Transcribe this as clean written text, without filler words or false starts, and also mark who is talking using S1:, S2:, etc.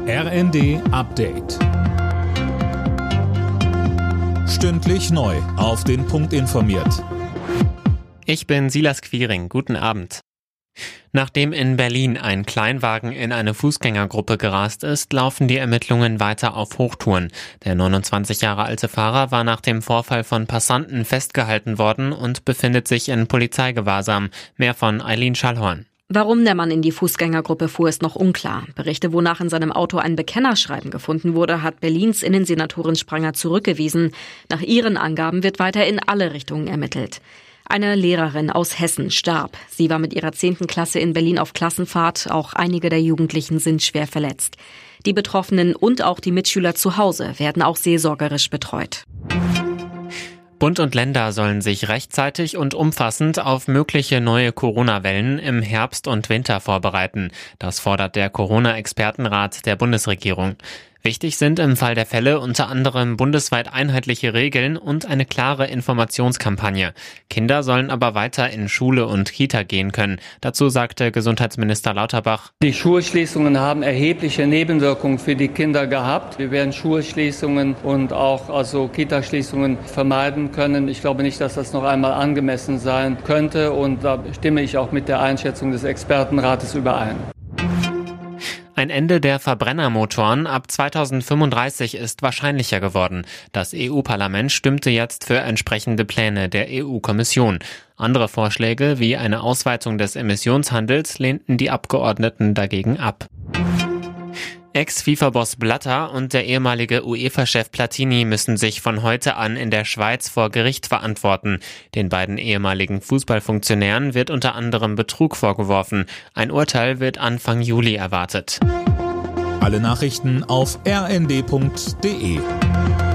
S1: RND Update. Stündlich neu auf den Punkt informiert.
S2: Ich bin Silas Quiring. Guten Abend. Nachdem in Berlin ein Kleinwagen in eine Fußgängergruppe gerast ist, laufen die Ermittlungen weiter auf Hochtouren. Der 29 Jahre alte Fahrer war nach dem Vorfall von Passanten festgehalten worden und befindet sich in Polizeigewahrsam. Mehr von Eileen Schallhorn.
S3: Warum der Mann in die Fußgängergruppe fuhr, ist noch unklar. Berichte, wonach in seinem Auto ein Bekennerschreiben gefunden wurde, hat Berlins Innensenatorin Spranger zurückgewiesen. Nach ihren Angaben wird weiter in alle Richtungen ermittelt. Eine Lehrerin aus Hessen starb. Sie war mit ihrer 10. Klasse in Berlin auf Klassenfahrt. Auch einige der Jugendlichen sind schwer verletzt. Die Betroffenen und auch die Mitschüler zu Hause werden auch seelsorgerisch betreut.
S2: Bund und Länder sollen sich rechtzeitig und umfassend auf mögliche neue Corona-Wellen im Herbst und Winter vorbereiten. Das fordert der Corona-Expertenrat der Bundesregierung. Wichtig sind im Fall der Fälle unter anderem bundesweit einheitliche Regeln und eine klare Informationskampagne. Kinder sollen aber weiter in Schule und Kita gehen können. Dazu sagte Gesundheitsminister Lauterbach:
S4: Die Schulschließungen haben erhebliche Nebenwirkungen für die Kinder gehabt. Wir werden Schulschließungen und auch Kitaschließungen vermeiden können. Ich glaube nicht, dass das noch einmal angemessen sein könnte, und da stimme ich auch mit der Einschätzung des Expertenrates überein.
S2: Ein Ende der Verbrennermotoren ab 2035 ist wahrscheinlicher geworden. Das EU-Parlament stimmte jetzt für entsprechende Pläne der EU-Kommission. Andere Vorschläge wie eine Ausweitung des Emissionshandels lehnten die Abgeordneten dagegen ab. Ex-FIFA-Boss Blatter und der ehemalige UEFA-Chef Platini müssen sich von heute an in der Schweiz vor Gericht verantworten. Den beiden ehemaligen Fußballfunktionären wird unter anderem Betrug vorgeworfen. Ein Urteil wird Anfang Juli erwartet.
S1: Alle Nachrichten auf rnd.de.